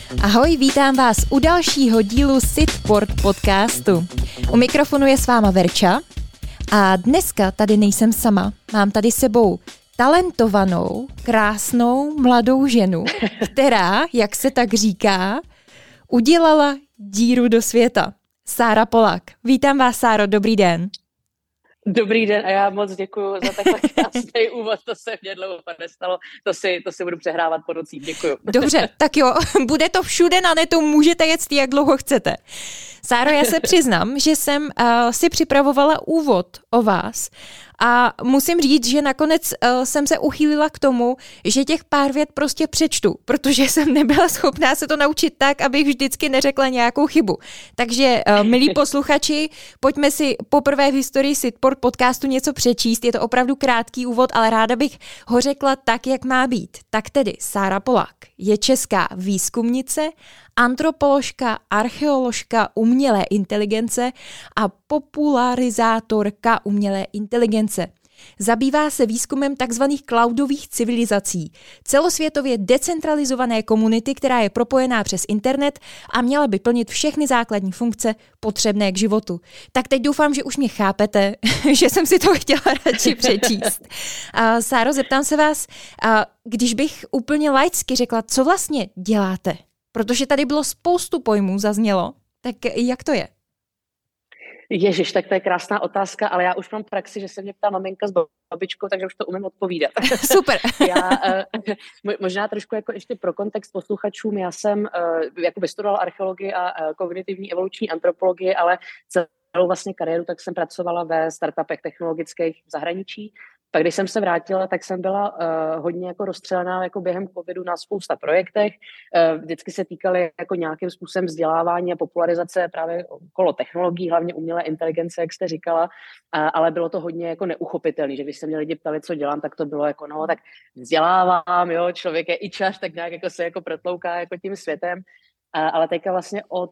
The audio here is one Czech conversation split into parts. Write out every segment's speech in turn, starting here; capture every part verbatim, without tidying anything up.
Ahoj, vítám vás u dalšího dílu Sitport podcastu. U mikrofonu je s váma Verča a dneska tady nejsem sama. Mám tady sebou talentovanou, krásnou, mladou ženu, která, jak se tak říká, udělala díru do světa. Sára Polák. Vítám vás, Sáro, dobrý den. Dobrý den a já moc děkuji za takhle krásný úvod, to se mě dlouho nestalo, to si, to si budu přehrávat po nocích, děkuji. Dobře, tak jo, bude to všude na netu, můžete jet jak dlouho chcete. Sáro, já se přiznám, že jsem uh, si připravovala úvod o vás a musím říct, že nakonec uh, jsem se uchýlila k tomu, že těch pár vět prostě přečtu, protože jsem nebyla schopná se to naučit tak, abych vždycky neřekla nějakou chybu. Takže, uh, milí posluchači, pojďme si poprvé v historii Sitport podcastu něco přečíst. Je to opravdu krátký úvod, ale ráda bych ho řekla tak, jak má být. Tak tedy Sára Polák je česká výzkumnice, antropoložka, archeoložka umělé inteligence a popularizátorka umělé inteligence. Zabývá se výzkumem tzv. Cloudových civilizací, celosvětově decentralizované komunity, která je propojená přes internet a měla by plnit všechny základní funkce potřebné k životu. Tak teď doufám, že už mě chápete, že jsem si to chtěla radši přečíst. A Sáro, zeptám se vás, a když bych úplně laicky řekla, co vlastně děláte? Protože tady bylo spoustu pojmů, zaznělo, tak jak to je? Ježiš, tak to je krásná otázka, ale já už mám praxi, že se mě ptá maminka s babičkou, takže už to umím odpovídat. Super. já, možná trošku jako ještě pro kontext posluchačům, já jsem jako vystudovala archeologii a kognitivní evoluční antropologii, ale celou vlastně kariéru tak jsem pracovala ve startupech technologických v zahraničí. Pak když jsem se vrátila, tak jsem byla uh, hodně jako rozstřelená jako během covidu na spousta projektech. Uh, vždycky se týkaly jako nějakým způsobem vzdělávání a popularizace právě okolo technologií, hlavně umělé inteligence, jak jste říkala, uh, ale bylo to hodně jako neuchopitelné, že když se mě lidi ptali, co dělám, tak to bylo jako no, tak vzdělávám, jo, člověk je ičař, tak nějak jako se jako protlouká jako tím světem. Ale teďka vlastně od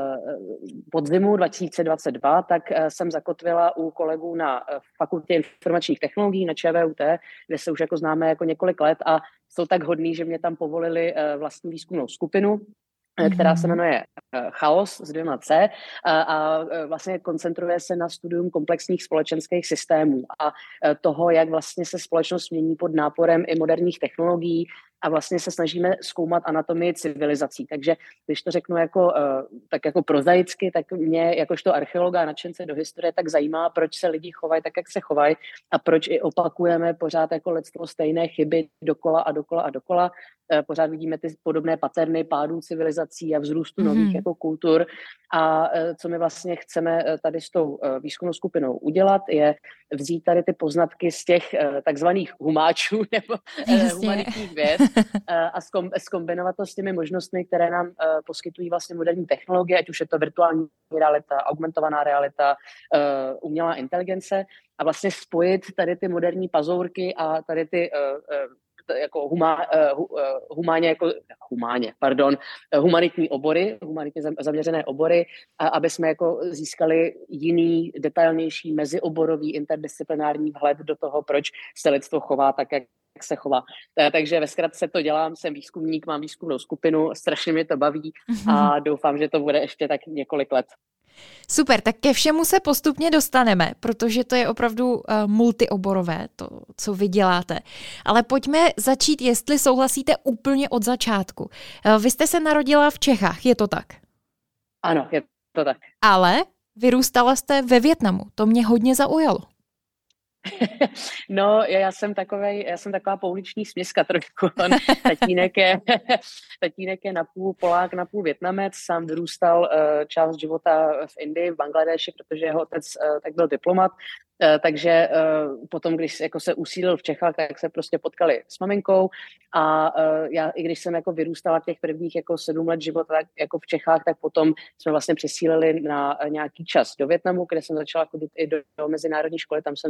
podzimu dva tisíce dvacet dva tak jsem zakotvila u kolegů na Fakultě informačních technologií na ČVUT, kde se už jako známe jako několik let a jsou tak hodní, že mě tam povolili vlastní výzkumnou skupinu, která se jmenuje Chaos s dvěma C a, a vlastně koncentruje se na studium komplexních společenských systémů a toho, jak vlastně se společnost mění pod náporem i moderních technologií a vlastně se snažíme zkoumat anatomii civilizací. Takže když to řeknu jako, tak jako prozaicky, tak mě jakožto archeologa a nadšence do historie tak zajímá, proč se lidi chovají tak, jak se chovají a proč i opakujeme pořád jako lidstvo stejné chyby dokola a dokola a dokola. Pořád vidíme ty podobné paterny pádů civilizací a vzrůstu nových mm. jako kultur. A co my vlastně chceme tady s tou výzkumnou skupinou udělat, je vzít tady ty poznatky z těch takzvaných humáčů nebo humanitních věd a zkombinovat to s těmi možnostmi, které nám poskytují vlastně moderní technologie, ať už je to virtuální realita, augmentovaná realita, umělá inteligence a vlastně spojit tady ty moderní pazourky a tady ty jako huma, uh, humáně, jako, humáně, pardon, humanitní obory, humanitně zaměřené obory, a aby jsme jako získali jiný, detailnější, mezioborový, interdisciplinární vhled do toho, proč se lidstvo chová tak, jak se chová. Takže ve zkratce to dělám, jsem výzkumník, mám výzkumnou skupinu, strašně mě to baví a doufám, že to bude ještě tak několik let. Super, tak ke všemu se postupně dostaneme, protože to je opravdu uh, multioborové, to, co vy děláte. Ale pojďme začít, jestli souhlasíte úplně od začátku. Uh, vy jste se narodila v Čechách, je to tak? Ano, je to tak. Ale vyrůstala jste ve Vietnamu, to mě hodně zaujalo. No, já jsem takovej, já jsem taková pouliční směska trošku. Tatínek je, tatínek je napůl Polák, napůl Vietnamec, sám vyrůstal uh, část života v Indii, v Bangladeši, protože jeho otec uh, tak byl diplomat. Uh, takže uh, potom, když jako se usídlil v Čechách, tak se prostě potkali s maminkou a uh, já, i když jsem jako vyrůstala těch prvních jako sedm let života tak, jako v Čechách, tak potom jsme vlastně přesílili na uh, nějaký čas do Vietnamu, kde jsem začala chodit i do, do mezinárodní školy, tam jsem se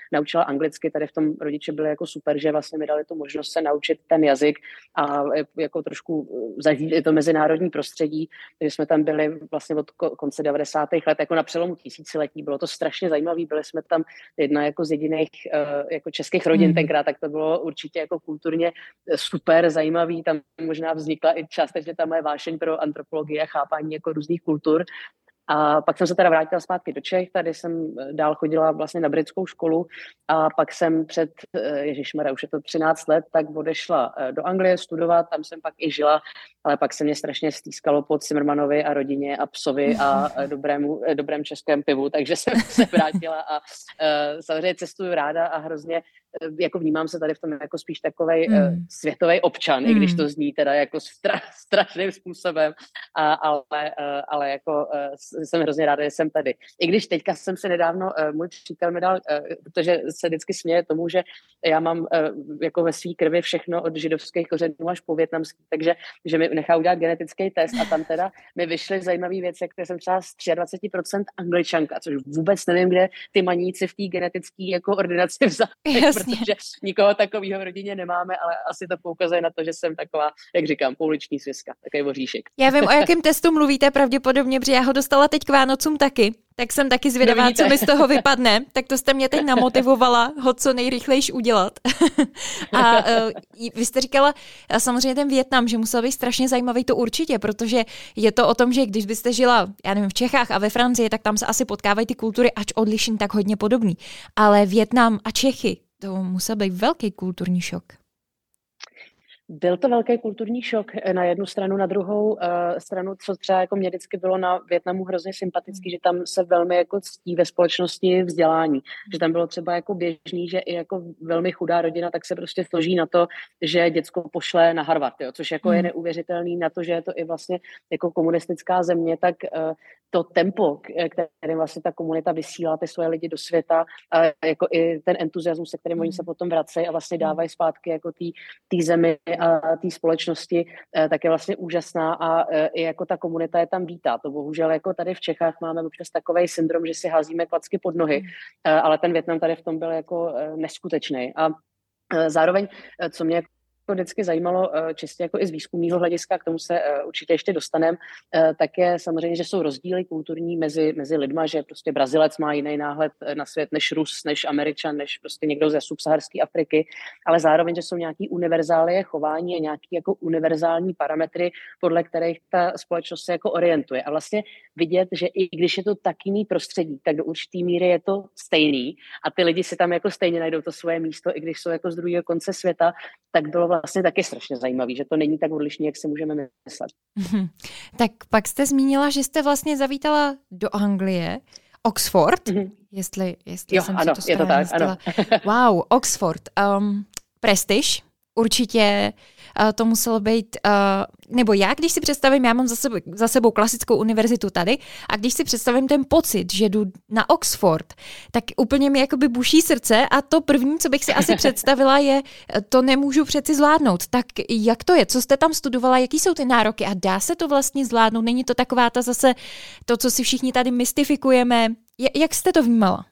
naučila anglicky, tady v tom rodiče byli jako super, že vlastně mi dali tu možnost se naučit ten jazyk a jako trošku zažít i to mezinárodní prostředí, takže jsme tam byli vlastně od konce devadesátých let jako na přelomu tisíciletí, bylo to strašně zajímavé, byli jsme tam jedna jako z jediných jako českých rodin mm. tenkrát, tak to bylo určitě jako kulturně super zajímavý, tam možná vznikla i částečně ta moje vášeň pro antropologii a chápání jako různých kultur. A pak jsem se teda vrátila zpátky do Čech, tady jsem dál chodila vlastně na britskou školu a pak jsem před, ježišmarja, už je to třináct let, tak odešla do Anglie studovat, tam jsem pak i žila, ale pak se mě strašně stýskalo po Zimmermanovi a rodině a psovi a dobrému, dobrém českém pivu, takže jsem se vrátila a uh, samozřejmě cestuju ráda a hrozně jako vnímám se tady v tom jako spíš takovej mm. uh, světový občan, mm. i když to zní teda jako stra, strašným způsobem, a, ale, uh, ale jako uh, jsem hrozně ráda, že jsem tady. I když teďka jsem se nedávno, uh, můj přítel mi dal, uh, protože se vždycky směje tomu, že já mám uh, jako ve svý krvi všechno od židovských kořenů až po vietnamský, takže že mi nechá udělat genetický test a tam teda mi vyšly zajímavé věci, které jsem třeba z dvacet tři procent Angličanka, což vůbec nevím, kde ty maníci v té genetické jako ordinaci vzali. Protože nikoho takového v rodině nemáme, ale asi to poukazuje na to, že jsem taková, jak říkám, pouliční sviska, takový voříšek. Já vím, o jakém testu mluvíte pravděpodobně, protože já ho dostala teď k Vánocům taky, tak jsem taky zvědavá, co mi z toho vypadne. Tak to jste mě teď namotivovala ho co nejrychlejš udělat. A uh, vy jste říkala samozřejmě ten Vietnam, že musel být strašně zajímavý, to určitě, protože je to o tom, že když byste žila, já nevím, v Čechách a ve Francii, tak tam se asi potkávají ty kultury, ač odlišný, tak hodně podobný. Ale Vietnam a Čechy, to musel být velký kulturní šok. Byl to velký kulturní šok na jednu stranu, na druhou uh, stranu, co třeba jako mě vždycky bylo na Vietnamu hrozně sympatický, že tam se velmi jako ctí ve společnosti vzdělání. Že tam bylo třeba jako běžný, že i jako velmi chudá rodina tak se prostě složí na to, že děcko pošle na Harvard, jo, což jako je neuvěřitelný na to, že je to i vlastně jako komunistická země, tak uh, to tempo, kterým vlastně ta komunita vysílá ty svoje lidi do světa, a jako i ten entuziasmus, se kterým oni se potom vracejí a vlastně dávají zpátky jako té zemi a té společnosti, tak je vlastně úžasná a i jako ta komunita je tam vítá. To bohužel jako tady v Čechách máme občas takovej syndrom, že si házíme klacky pod nohy, ale ten Vietnam tady v tom byl jako neskutečný. A zároveň, co mě to vždycky zajímalo čistě jako i z výzkumného hlediska, k tomu se určitě ještě dostaneme, tak je samozřejmě, že jsou rozdíly kulturní mezi, mezi lidma, že prostě Brazilec má jiný náhled na svět než Rus, než Američan, než prostě někdo ze subsaharské Afriky, ale zároveň, že jsou nějaký univerzálie chování a nějaký jako univerzální parametry, podle kterých ta společnost se jako orientuje. A vlastně vidět, že i když je to tak jiný prostředí, tak do určitý míry je to stejný a ty lidi si tam jako stejně najdou to svoje místo, i když jsou jako z druhého konce světa, tak bylo vlastně taky strašně zajímavý, že to není tak odlišný, jak si můžeme myslet. Mm-hmm. Tak pak jste zmínila, že jste vlastně zavítala do Anglie, Oxford, mm-hmm. jestli, jestli jo, jsem ano, si to je to tak, ano. Wow, Oxford, um, prestiž, určitě uh, to muselo být, uh, nebo já, když si představím, já mám za sebou, za sebou klasickou univerzitu tady a když si představím ten pocit, že jdu na Oxford, tak úplně mi jakoby buší srdce a to první, co bych si asi představila je, to nemůžu přeci zvládnout. Tak jak to je? Co jste tam studovala? Jaký jsou ty nároky? A dá se to vlastně zvládnout? Není to taková ta zase to, co si všichni tady mystifikujeme? Jak jste to vnímala?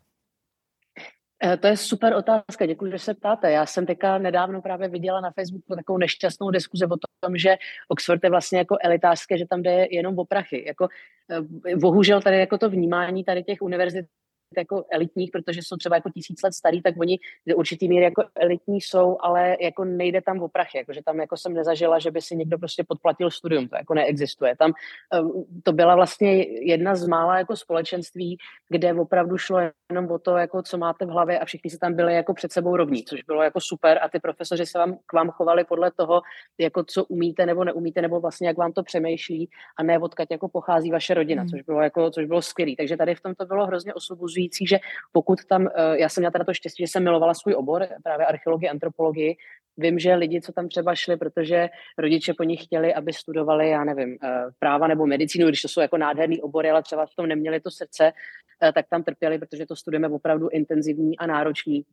To je super otázka, děkuji, že se ptáte. Já jsem teďka nedávno právě viděla na Facebooku takovou nešťastnou diskuzi o tom, že Oxford je vlastně jako elitářské, že tam jde jenom o prachy. Jako, bohužel tady jako to vnímání tady těch univerzit jako elitních, protože jsou třeba jako tisíc let starý, tak oni do určitý míry jako elitní jsou, ale jako nejde tam o prachy, jako že tam jako jsem nezažila, že by si někdo prostě podplatil studium, to jako neexistuje. Tam to byla vlastně jedna z mála jako společenství, kde opravdu šlo jenom o to, jako co máte v hlavě a všichni se tam byli jako před sebou rovní, což bylo jako super a ty profesoři se vám k vám chovali podle toho, jako co umíte nebo neumíte, nebo vlastně jak vám to přemýšlí a ne odkud jako pochází vaše rodina, což bylo jako, což bylo skvělý. Takže tady v tom to bylo hrozně osvobozující, že pokud tam, já jsem měla teda to štěstí, že jsem milovala svůj obor, právě archeologii, antropologii, vím, že lidi, co tam třeba šli, protože rodiče po nich chtěli, aby studovali, já nevím, práva nebo medicínu, když to jsou jako nádherný obory, ale třeba v tom neměli to srdce, tak tam trpěli, protože to studujeme opravdu intenzivní a náročný.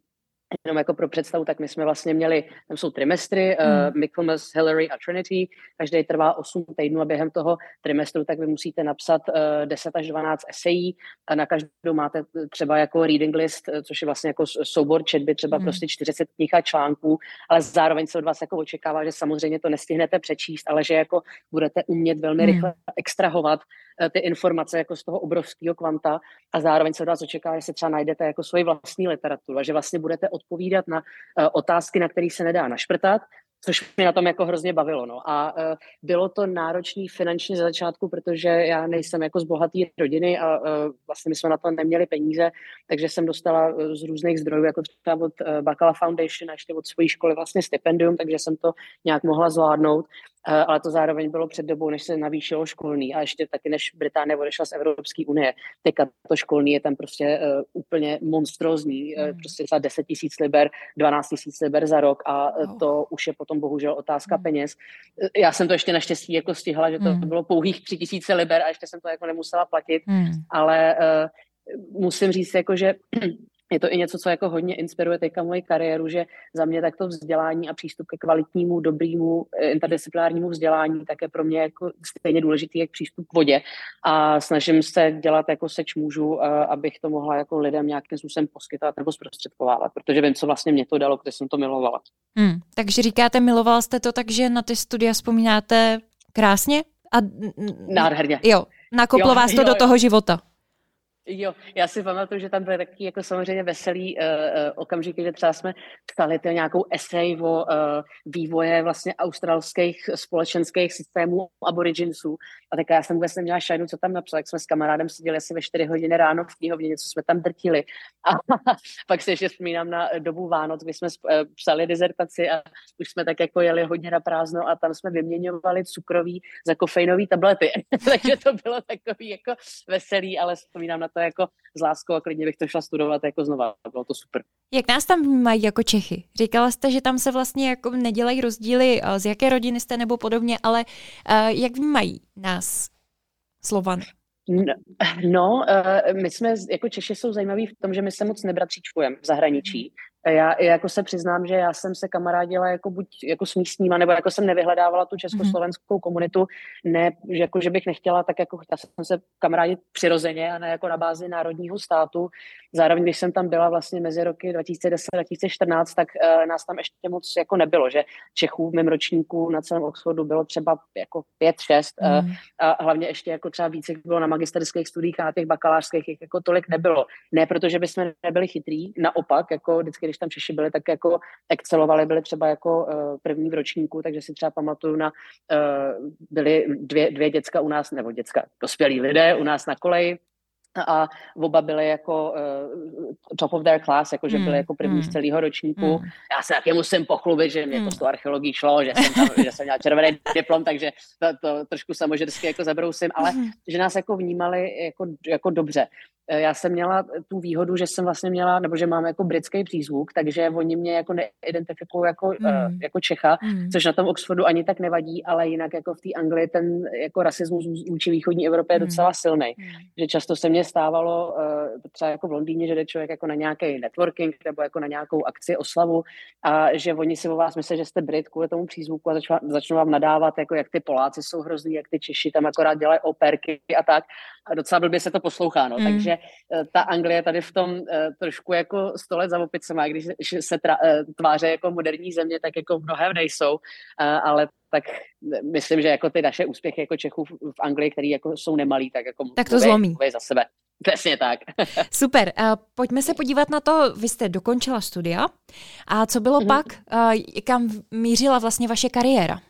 jenom jako pro představu, tak my jsme vlastně měli, tam jsou trimestry, hmm. uh, Michaelmas, Hillary a Trinity, každý trvá osm týdnů a během toho trimestru tak vy musíte napsat uh, deset až dvanáct esejí a na každou máte třeba jako reading list, což je vlastně jako soubor četby, třeba hmm. prostě čtyřicet knih a článků, ale zároveň se od vás jako očekává, že samozřejmě to nestihnete přečíst, ale že jako budete umět velmi hmm. rychle extrahovat uh, ty informace jako z toho obrovského kvanta a zároveň se od vás očekává, že si třeba najdete jako svoji vlastní literaturu a že vlastně budete odpovídat na uh, otázky, na které se nedá našprtat, což mě na tom jako hrozně bavilo. No. A uh, bylo to náročný finančně za začátku, protože já nejsem jako z bohaté rodiny a uh, vlastně my jsme na to neměli peníze, takže jsem dostala uh, z různých zdrojů, jako třeba od uh, Bacala Foundation a ještě od své školy vlastně stipendium, takže jsem to nějak mohla zvládnout. Uh, ale to zároveň bylo před dobou, než se navýšilo školní a ještě taky, než Británie odešla z Evropské unie. Teďka to školní je tam prostě uh, úplně monstrózní, mm. uh, prostě za deset tisíc liber, dvanáct tisíc liber za rok a uh, to už je potom bohužel otázka mm. peněz. Uh, já jsem to ještě naštěstí jako stihla, že to mm. bylo pouhých tři tisíce liber a ještě jsem to jako nemusela platit, mm. ale uh, musím říct jako, že je to i něco, co jako hodně inspiruje teďka moji kariéru, že za mě takto vzdělání a přístup ke kvalitnímu, dobrému interdisciplinárnímu vzdělání tak je pro mě jako stejně důležitý jak přístup k vodě a snažím se dělat jako seč můžu, abych to mohla jako lidem nějakým způsobem poskytovat nebo zprostředkovávat, protože vím, co vlastně mě to dalo, protože jsem to milovala. Hmm, takže říkáte, milovala jste to, takže na ty studia vzpomínáte krásně? A... Nádherně. Jo, nakoplo jo, vás to jo, do jo. toho života. Jo, já si pamatuju, že tam byly taky jako samozřejmě veselý uh, uh, okamžiky, že třeba jsme psali to nějakou esej o uh, vývoje vlastně australských společenských systémů aboriginsů. A tak já jsem vůbec neměla šajnu, co tam napsal, jak jsme s kamarádem seděli asi ve čtyři hodiny ráno v knihovně, něco jsme tam drtili. A pak si ještě vzpomínám na dobu Vánoc, kdy jsme uh, psali dizertaci a už jsme tak jako jeli hodně na prázdno a tam jsme vyměňovali cukroví za kofeinové tablety. Takže to bylo takový jako veselý, ale vzpomínám na to jako s láskou a klidně bych to šla studovat jako znova. Bylo to super. Jak nás tam vnímají jako Čechy? Říkala jste, že tam se vlastně jako nedělají rozdíly, z jaké rodiny jste nebo podobně, ale uh, jak vnímají nás Slovany? No, no my jsme, jako Češi jsou zajímaví v tom, že my se moc nebratříčkujeme v zahraničí. Já jako se přiznám, že já jsem se kamarádila jako buď jako s místníma, nebo jako jsem nevyhledávala tu československou komunitu, ne, že, jako, že bych nechtěla, tak jako chtěla jsem se kamarádit přirozeně a ne jako na bázi národního státu. Zároveň, když jsem tam byla vlastně mezi roky dva tisíce deset a dva tisíce čtrnáct, tak uh, nás tam ještě moc jako nebylo, že Čechů v mém ročníku na celém Oxfordu bylo třeba jako pět, šest mm. uh, a hlavně ještě jako třeba víc bylo na magisterských studiích a na těch bakalářských jako tolik nebylo. Ne, protože bychom nebyli chytrý, naopak, jako vždycky, když tam Češi byli, tak jako excelovali, byli třeba jako uh, první v ročníku, takže si třeba pamatuju na, uh, byly dvě, dvě děcka u nás, nebo děcka, dospělí lidé u nás na koleji, a oba byli jako uh, top of their class, jako že byli jako první mm. z celého ročníku. Mm. Já se taky musím pochlubit, že mě mm. to s tou archeologií šlo, že jsem, tam, že jsem měla červený diplom, takže to, to trošku samožersky jako zabrousím, ale mm. že nás jako vnímali jako, jako dobře. Já jsem měla tu výhodu, že jsem vlastně měla, nebo že mám jako britský přízvuk, takže oni mě jako neidentifikují jako, mm. uh, jako Čecha, mm. což na tom Oxfordu ani tak nevadí, ale jinak jako v té Anglii ten jako rasismus vůči východní Evropě je docela silný. Mm. Že často se mně stávalo uh, třeba jako v Londýně, že jde člověk jako na nějaký networking nebo jako na nějakou akci, oslavu a že oni si o vás myslí, že jste Brit kvůli tomu přízvuku a začnou, začnou vám nadávat, jako jak ty Poláci jsou hrozný, jak ty Češi tam akorát dělají operky a tak. A docela blbě se to poslouchá, no. Mm. Takže ta Anglie tady v tom uh, trošku jako sto let za opicema, když se tra, uh, tváře jako moderní země, tak jako mnohem nejsou, uh, ale tak myslím, že jako ty naše úspěchy jako Čechů v, v Anglii, který jako jsou nemalý, tak jako tak to zlomí. Mluví za sebe. Přesně tak. Super. Uh, pojďme se podívat na to, vy jste dokončila studia a co bylo mm-hmm. pak, uh, kam mířila vlastně vaše kariéra?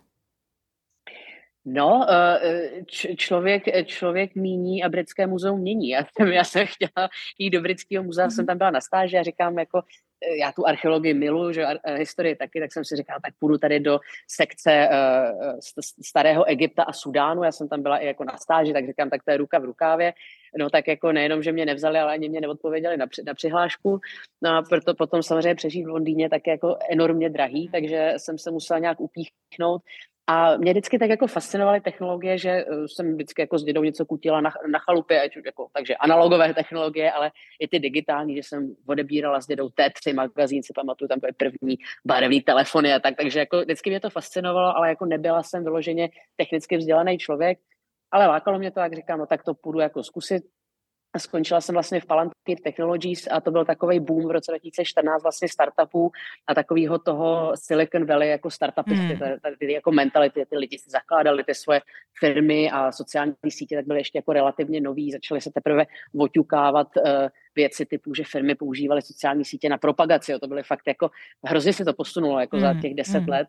No, č- člověk, člověk míní a Britské muzeum mění. Já jsem, já jsem chtěla jít do Britského muzea, mm-hmm. jsem tam byla na stáži a říkám, jako, já tu archeologii miluji, že ar- historii taky, tak jsem si říkala, tak půjdu tady do sekce uh, starého Egypta a Sudánu, já jsem tam byla i jako na stáži, tak říkám, tak to je ruka v rukávě. No tak jako nejenom, že mě nevzali, ale ani mě neodpověděli na, při- na přihlášku. No a proto potom samozřejmě přežít v Londýně tak jako enormně drahý, takže jsem se musela nějak upíchnout. A mě vždycky tak jako fascinovaly technologie, že jsem vždycky jako s dědou něco kutila na, na chalupě, ať jako, takže analogové technologie, ale i ty digitální, že jsem odebírala s dědou T tři magazín, si pamatuju, tam byly první barevný telefony a tak, takže jako vždycky mě to fascinovalo, ale jako nebyla jsem vyloženě technicky vzdělaný člověk, ale lákalo mě to, jak říkám, no tak to půjdu jako zkusit. A skončila jsem vlastně v Palantir Technologies a to byl takovej boom v roce dva tisíce čtrnáct vlastně startupů a takového toho Silicon Valley jako startupisty, hmm. ty, ty jako mentality, ty lidi si zakládali ty svoje firmy a sociální sítě, tak byly ještě jako relativně nový, začaly se teprve oťukávat uh, věci typu, že firmy používaly sociální sítě na propagaci, jo, to byly fakt jako, hrozně se to posunulo jako hmm. za těch deset hmm. let.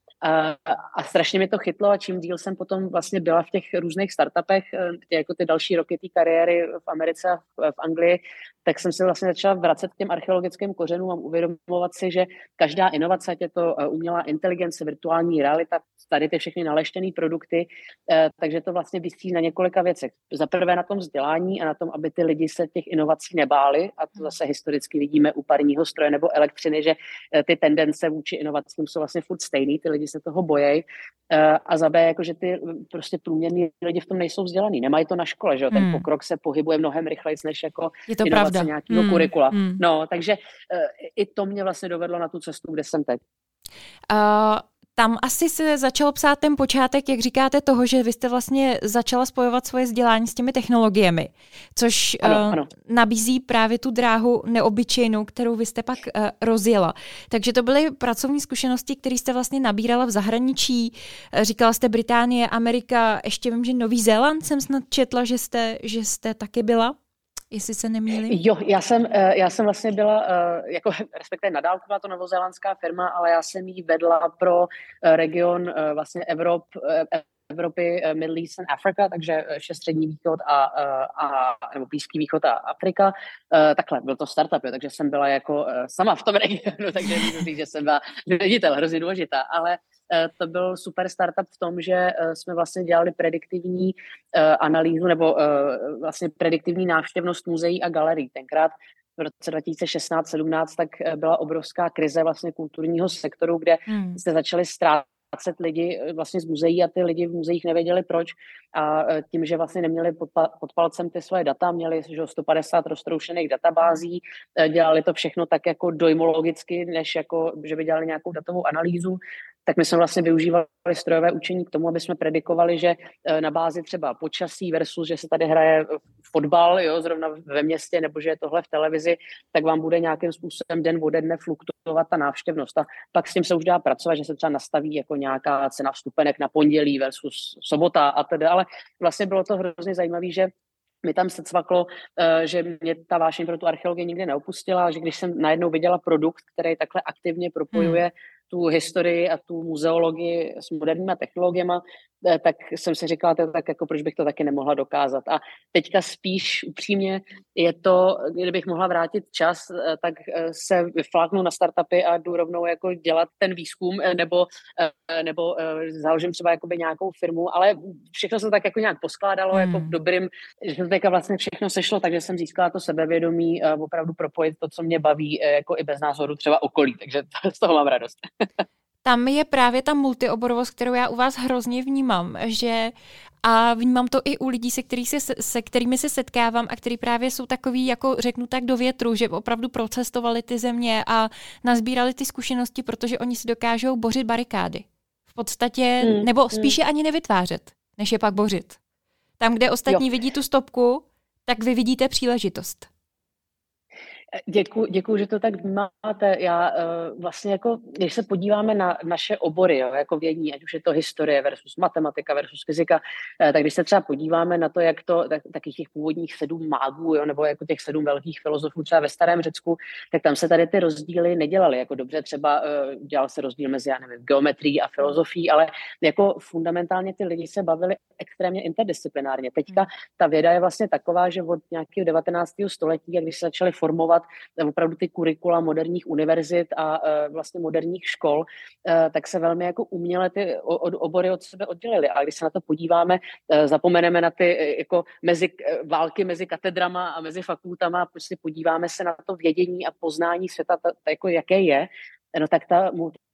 A, a strašně mě to chytlo a čím díl jsem potom vlastně byla v těch různých startupech, jako ty další roky té kariéry v Americe a v, v Anglii, tak jsem se vlastně začala vracet k těm archeologickým kořenům a uvědomovat si, že každá inovace, ať je to umělá inteligence, virtuální realita, tady ty všechny naleštěné produkty, takže to vlastně visí na několika věcech. Za prvé na tom vzdělání a na tom, aby ty lidi se těch inovací nebáli, a to zase historicky vidíme u parního stroje nebo elektřiny, že ty tendence vůči inovacím jsou vlastně furt stejný, ty lidi se toho bojejí. A za B, jakože ty prostě průměrní lidi v tom nejsou vzdělaný, nemají to na škole, že jo? Ten hmm. pokrok se pohybuje mnohem rychleji než jako inovace nějakého hmm. kurikula. Hmm. No, takže uh, i to mě vlastně dovedlo na tu cestu, kde jsem teď. Uh... Tam asi se začal psát ten počátek, jak říkáte, toho, že vy jste vlastně začala spojovat svoje vzdělání s těmi technologiemi, což ano, uh, ano. nabízí právě tu dráhu neobyčejnou, kterou vy jste pak uh, rozjela. Takže to byly pracovní zkušenosti, které jste vlastně nabírala v zahraničí. Říkala jste Británie, Amerika, ještě vím, že Nový Zéland jsem snad četla, že jste, že jste taky byla. Jestli se nemýlím? Jo, já jsem, já jsem vlastně byla, jako respektive nadálku byla to novozélandská firma, ale já jsem ji vedla pro region vlastně Evrop, Evropy, Middle East and Africa, takže ještě Střední východ a, a nebo Blízký východ a Afrika. Takhle, byl to startup, jo, takže jsem byla jako sama v tom regionu, takže můžu říct, že jsem byla ředitel, hrozně důležitá, ale to byl super startup v tom, že jsme vlastně dělali prediktivní analýzu nebo vlastně prediktivní návštěvnost muzeí a galerií. Tenkrát v roce dva tisíce šestnáct sedmnáct tak byla obrovská krize vlastně kulturního sektoru, kde hmm. se začaly ztrácet lidi vlastně z muzeí a ty lidi v muzeích nevěděli proč a tím, že vlastně neměli pod, pod palcem ty svoje data, měli že sto padesát roztroušených databází, dělali to všechno tak jako dojmologicky, než jako, že by dělali nějakou datovou analýzu, tak my jsme vlastně využívali strojové učení k tomu, aby jsme predikovali, že na bázi třeba počasí versus, že se tady hraje fotbal, jo, zrovna ve městě, nebo že je tohle v televizi, tak vám bude nějakým způsobem den ode dne fluktuovat ta návštěvnost. A pak s tím se už dá pracovat, že se třeba nastaví jako nějaká cena vstupenek na pondělí versus sobota a tedy, ale vlastně bylo to hrozně zajímavé, že mi tam se cvaklo, že mě ta vášeň pro tu archeologii nikdy neopustila, že když jsem najednou viděla produkt, který takhle aktivně propojuje hmm. tu historii a tu muzeologii s moderníma technologiemi, tak jsem si říkala, tak jako proč bych to taky nemohla dokázat. A teďka spíš upřímně je to, kdybych mohla vrátit čas, tak se vyfláknu na startupy a jdu rovnou jako dělat ten výzkum, nebo, nebo založím třeba jakoby nějakou firmu, ale všechno se tak jako nějak poskládalo, hmm. jako v dobrým, že to teďka vlastně všechno sešlo, takže jsem získala to sebevědomí opravdu propojit to, co mě baví, jako i bez názoru třeba okolí, takže z toho mám radost. Tam je právě ta multioborovost, kterou já u vás hrozně vnímám, že a vnímám to i u lidí, se, který se, se kterými se setkávám a který právě jsou takový, jako řeknu tak do větru, že opravdu procestovali ty země a nazbírali ty zkušenosti, protože oni si dokážou bořit barikády. V podstatě, mm, nebo spíše mm. ani nevytvářet, než je pak bořit. Tam, kde ostatní jo. vidí tu stopku, tak vy vidíte příležitost. Děkuji, děkuji, že to tak vnímáte. Já uh, vlastně jako, když se podíváme na naše obory, jo, jako vědní, ať už je to historie versus matematika versus fyzika, uh, tak když se třeba podíváme na to, jak to, tak, takých těch původních sedm mágů, jo, nebo jako těch sedm velkých filozofů třeba ve starém Řecku, tak tam se tady ty rozdíly nedělaly. Jako dobře třeba uh, dělal se rozdíl mezi, já nevím, geometrií a filozofií, ale jako fundamentálně ty lidi se bavili extrémně interdisciplinárně. Teďka ta věda je vlastně taková, že od nějakého devatenáctého století, když se začaly formovat opravdu ty kurikula moderních univerzit a uh, vlastně moderních škol, uh, tak se velmi jako uměle ty od, obory od sebe oddělily. A když se na to podíváme, uh, zapomeneme na ty uh, jako mezi, uh, války mezi katedrama a mezi fakultama, prostě podíváme se na to vědění a poznání světa, ta, ta, jako jaké je, no tak ta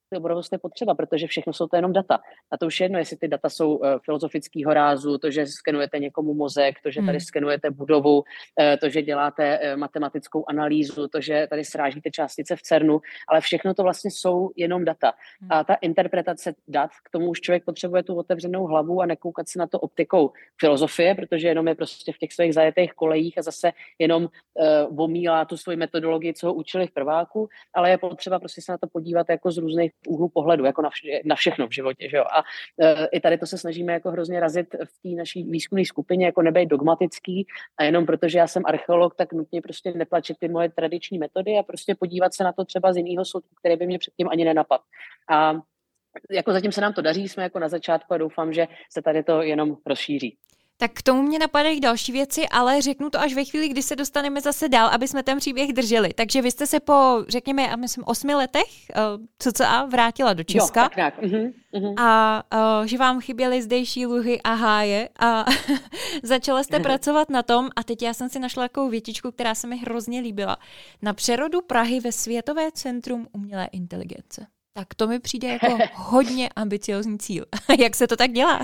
obrovost je potřeba, protože všechno jsou to jenom data. A to už je jedno, jestli ty data jsou uh, filozofického rázu, to, že skenujete někomu mozek, to, že tady skenujete budovu, uh, to, že děláte uh, matematickou analýzu, to, že tady srážíte částice v CERNu, ale všechno to vlastně jsou jenom data. Hmm. A ta interpretace dat, k tomu už člověk potřebuje tu otevřenou hlavu a nekoukat se na to optikou filozofie, protože jenom je prostě v těch svých zajetých kolejích a zase jenom uh, omílá tu svoji metodologii, co ho učili v prváku, ale je potřeba prostě se na to podívat jako z různých úhlů pohledu, jako na, vše, na všechno v životě. Že jo? A uh, i tady to se snažíme jako hrozně razit v té naší výzkumné skupině, jako nebejt dogmatický a jenom protože já jsem archeolog, tak nutně prostě netlačit ty moje tradiční metody a prostě podívat se na to třeba z jiného soudku, který by mě předtím ani nenapadl. A jako zatím se nám to daří, jsme jako na začátku a doufám, že se tady to jenom rozšíří. Tak k tomu mě napadají další věci, ale řeknu to až ve chvíli, kdy se dostaneme zase dál, aby jsme ten příběh drželi. Takže vy jste se po, řekněme, já myslím, osmi letech uh, cca vrátila do Česka. Jo, tak nějak. Uh-huh, uh-huh. A uh, že vám chyběly zdejší luhy a háje a začala jste pracovat na tom a teď já jsem si našla takovou větičku, která se mi hrozně líbila. Na přerodu Prahy ve Světové centrum umělé inteligence. Tak to mi přijde jako hodně ambiciozní cíl. Jak se to tak dělá?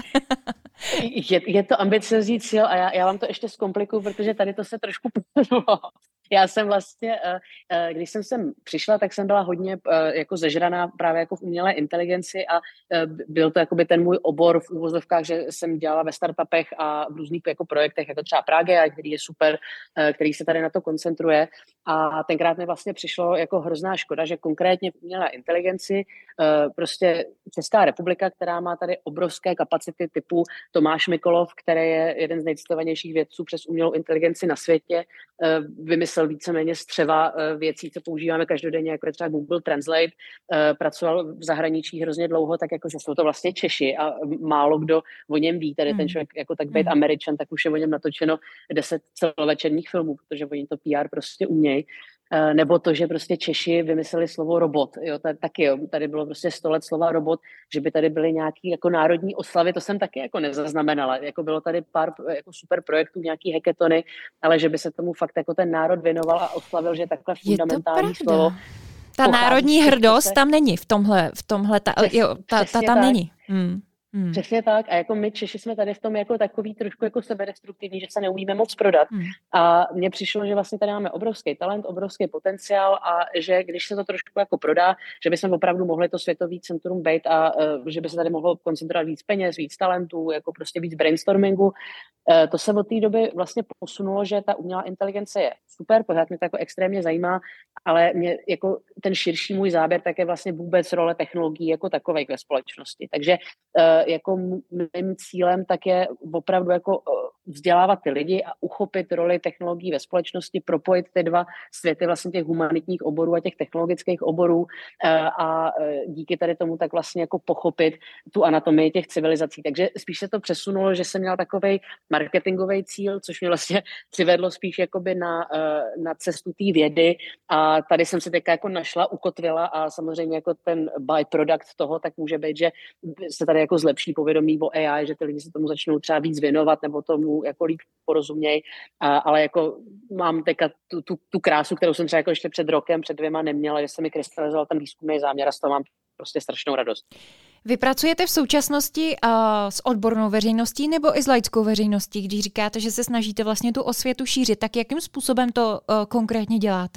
je, je to ambiciozní cíl a já, já vám to ještě zkomplikuju, protože tady to se trošku posunulo. Já jsem vlastně, když jsem sem přišla, tak jsem byla hodně jako zežraná právě jako v umělé inteligenci a byl to jakoby ten můj obor v úvozovkách, že jsem dělala ve startupech a v různých jako projektech, jako třeba Prague, který je super, který se tady na to koncentruje. A tenkrát mi vlastně přišlo jako hrozná škoda, že konkrétně v umělé inteligenci prostě Česká republika, která má tady obrovské kapacity typu Tomáš Mikolov, který je jeden z nejcitovanějších vědců přes umělou inteligenci na světě, vymyslel víceméně střeva věcí, co používáme každodenně, jako je třeba Google Translate, pracoval v zahraničí hrozně dlouho, tak jakože jsou to vlastně Češi a málo kdo o něm ví, tady ten člověk jako tak být Američan, tak už je o něm natočeno deset celovečerních filmů, protože oni to P R prostě umějí. Nebo to, že prostě Češi vymysleli slovo robot. Jo, tady, taky jo, tady bylo prostě sto let slova robot, že by tady byly nějaký jako národní oslavy, to jsem taky jako nezaznamenala. Jako bylo tady pár jako super projektů, nějaký hackatony, ale že by se tomu fakt jako ten národ věnoval a oslavil, že takhle fundamentální slovo. Ta národní hrdost tam není v tomhle, v tomhle ta, Přes, jo, ta, ta tam tak. není. Hmm. Hmm. Přesně tak. A jako my Češi jsme tady v tom jako takový trošku jako sebedestruktivní, že se neumíme moc prodat. Hmm. A mně přišlo, že vlastně tady máme obrovský talent, obrovský potenciál a že když se to trošku jako prodá, že bychom opravdu mohli to světový centrum být a uh, že by se tady mohlo koncentrovat víc peněz, víc talentů, jako prostě víc brainstormingu. Uh, to se od té doby vlastně posunulo, že ta umělá inteligence je super, pořád mě to jako extrémně zajímá, ale mě jako ten širší můj záběr tak je vlastně vůbec role technologií jako takových ve společnosti. Takže uh, jako mým cílem tak je opravdu jako vzdělávat ty lidi a uchopit roli technologií ve společnosti, propojit ty dva světy vlastně těch humanitních oborů a těch technologických oborů a díky tady tomu tak vlastně jako pochopit tu anatomii těch civilizací. Takže spíš se to přesunulo, že jsem měla takovej marketingový cíl, což mě vlastně přivedlo spíš jakoby na, na cestu té vědy a tady jsem se teďka jako našla, ukotvila a samozřejmě jako ten byproduct toho tak může být, že se tady jako zlepší povědomí o A I, že ty lidi se tomu začnou třeba víc věnovat nebo tomu jako líp porozumějí, ale jako mám teďka tu, tu, tu krásu, kterou jsem třeba jako ještě před rokem, před dvěma neměla, že se mi krystalizoval ten výzkumný záměr a z toho mám prostě strašnou radost. Vy pracujete v současnosti uh, s odbornou veřejností nebo i s laickou veřejností, když říkáte, že se snažíte vlastně tu osvětu šířit, tak jakým způsobem to uh, konkrétně děláte?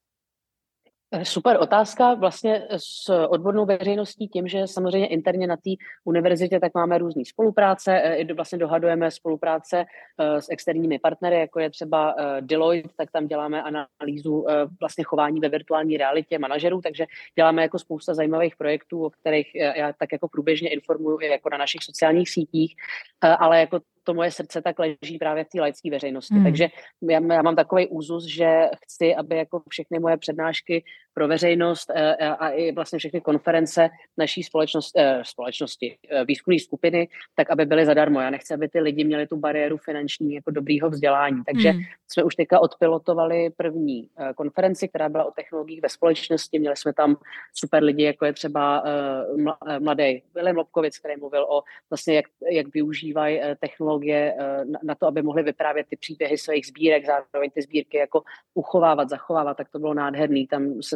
Super otázka. Vlastně s odbornou veřejností tím, že samozřejmě interně na té univerzitě tak máme různé spolupráce, vlastně dohadujeme spolupráce s externími partnery, jako je třeba Deloitte, tak tam děláme analýzu vlastně chování ve virtuální realitě manažerů, takže děláme jako spousta zajímavých projektů, o kterých já tak jako průběžně informuju i jako na našich sociálních sítích, ale jako to moje srdce tak leží právě v té laické veřejnosti. Hmm. Takže já, já mám takový úzus, že chci, aby jako všechny moje přednášky pro veřejnost a, a i vlastně všechny konference naší společnosti, společnosti výzkumné skupiny, tak aby byly zadarmo. Já nechci, aby ty lidi měli tu bariéru finanční jako dobrýho vzdělání. Takže hmm. jsme už teďka odpilotovali první konferenci, která byla o technologiích ve společnosti. Měli jsme tam super lidi, jako je třeba mladý Vilém Lobkovic, který mluvil o vlastně, jak, jak využívají technologie na to, aby mohli vyprávět ty příběhy svých sbírek, zároveň ty sbírky jako uchovávat, zachovávat, tak to bylo nádherný. Tam se to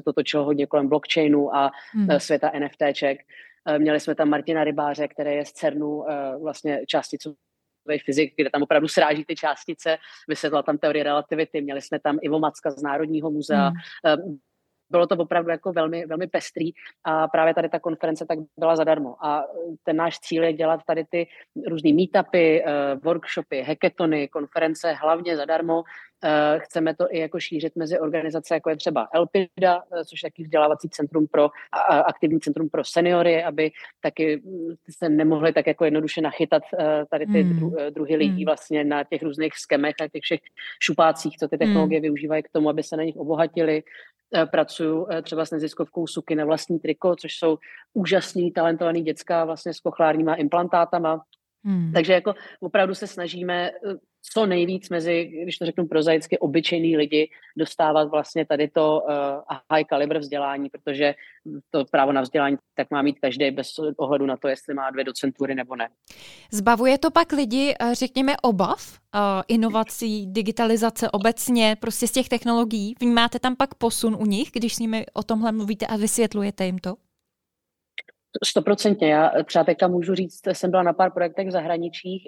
to točilo hodně kolem blockchainu a hmm. světa NFTček. Měli jsme tam Martina Rybáře, který je z CERNu vlastně částicový fyzik, kde tam opravdu sráží ty částice, vysvětlil tam teorii relativity. Měli jsme tam Ivo Macka z Národního muzea. Hmm. Bylo to opravdu jako velmi, velmi pestrý a právě tady ta konference tak byla zadarmo. A ten náš cíl je dělat tady ty různý meetupy, workshopy, hackathony, konference hlavně zadarmo. Chceme to i jako šířit mezi organizace, jako je třeba Elpida, což je taky vzdělávací centrum pro, aktivní centrum pro seniory, aby taky se nemohli tak jako jednoduše nachytat tady ty hmm. druhy lidí vlastně na těch různých skemech a těch všech šupácích, co ty technologie hmm. využívají k tomu, aby se na nich obohatili. Pracuju třeba s neziskovkou Suky na vlastní triko, což jsou úžasný, talentovaný děcka vlastně s cochlárníma implantátama. Hmm. Takže jako opravdu se snažíme co nejvíc mezi, když to řeknu prozaicky, obyčejný lidi dostávat vlastně tady to uh, high caliber vzdělání, protože to právo na vzdělání tak má mít každý bez ohledu na to, jestli má dvě docentury nebo ne. Zbavuje to pak lidi, řekněme, obav uh, inovací, digitalizace obecně, prostě z těch technologií? Vnímáte tam pak posun u nich, když s nimi o tomhle mluvíte a vysvětlujete jim to? Stoprocentně. Já třeba teďka můžu říct, jsem byla na pár projektech v zahraničích,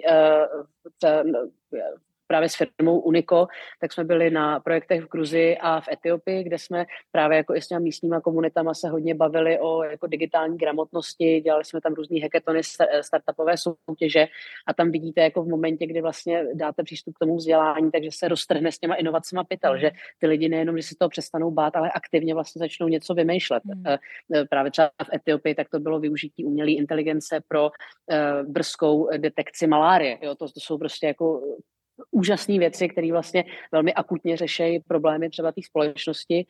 právě s firmou Unico, tak jsme byli na projektech v Gruzii a v Etiopii, kde jsme právě jako i s těma místníma komunitama se hodně bavili o jako digitální gramotnosti, dělali jsme tam různý hackathony, startupové soutěže a tam vidíte jako v momentě, kdy vlastně dáte přístup k tomu vzdělání, takže se roztrhne s těma inovacema pytel, že ty lidi nejenom, že si toho přestanou bát, ale aktivně vlastně začnou něco vymýšlet. Hmm. Právě třeba v Etiopii tak to bylo využití umělé inteligence pro brzkou detekci malárie. Jo, to, to jsou prostě jako úžasné věci, které vlastně velmi akutně řeší problémy třeba té společnosti.